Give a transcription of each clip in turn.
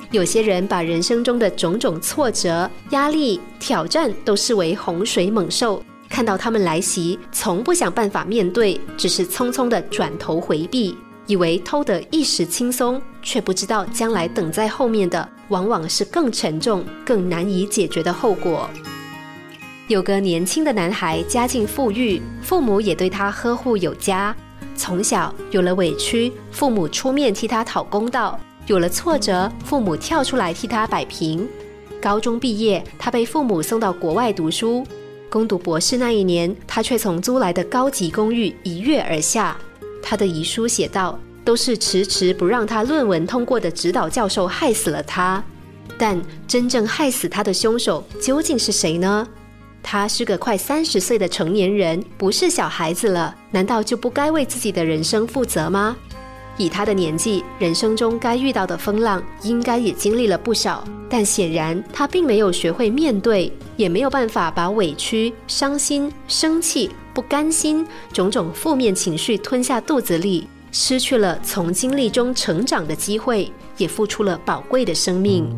有些人把人生中的种种挫折、压力、挑战都视为洪水猛兽，看到他们来袭，从不想办法面对，只是匆匆地转头回避，以为偷得一时轻松，却不知道将来等在后面的往往是更沉重、更难以解决的后果。有个年轻的男孩家境富裕，父母也对他呵护有加，从小有了委屈，父母出面替他讨公道，有了挫折，父母跳出来替他摆平。高中毕业，他被父母送到国外读书，攻读博士那一年，他却从租来的高级公寓一跃而下。他的遗书写道，都是迟迟不让他论文通过的指导教授害死了他。但真正害死他的凶手究竟是谁呢？他是个快30岁的成年人，不是小孩子了，难道就不该为自己的人生负责吗？以他的年纪，人生中该遇到的风浪应该也经历了不少，但显然他并没有学会面对，也没有办法把委屈、伤心、生气、不甘心种种负面情绪吞下肚子里，失去了从经历中成长的机会，也付出了宝贵的生命。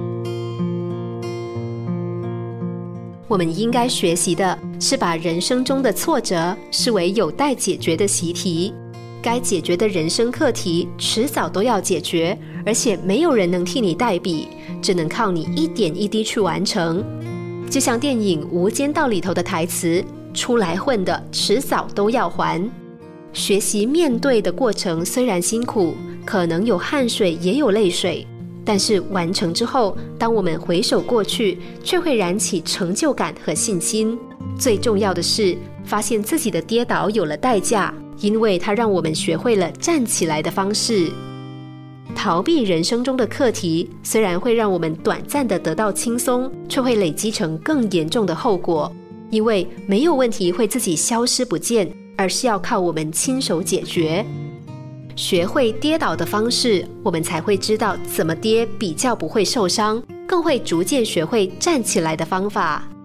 我们应该学习的是把人生中的挫折视为有待解决的习题，该解决的人生课题迟早都要解决，而且没有人能替你代笔，只能靠你一点一滴去完成。就像电影《无间道》里头的台词，出来混的迟早都要还。学习面对的过程虽然辛苦，可能有汗水也有泪水，但是完成之后，当我们回首过去，却会燃起成就感和信心。最重要的是，发现自己的跌倒有了代价，因为它让我们学会了站起来的方式。逃避人生中的课题，虽然会让我们短暂的得到轻松，却会累积成更严重的后果。因为没有问题会自己消失不见，而是要靠我们亲手解决。学会跌倒的方式，我们才会知道怎么跌比较不会受伤，更会逐渐学会站起来的方法。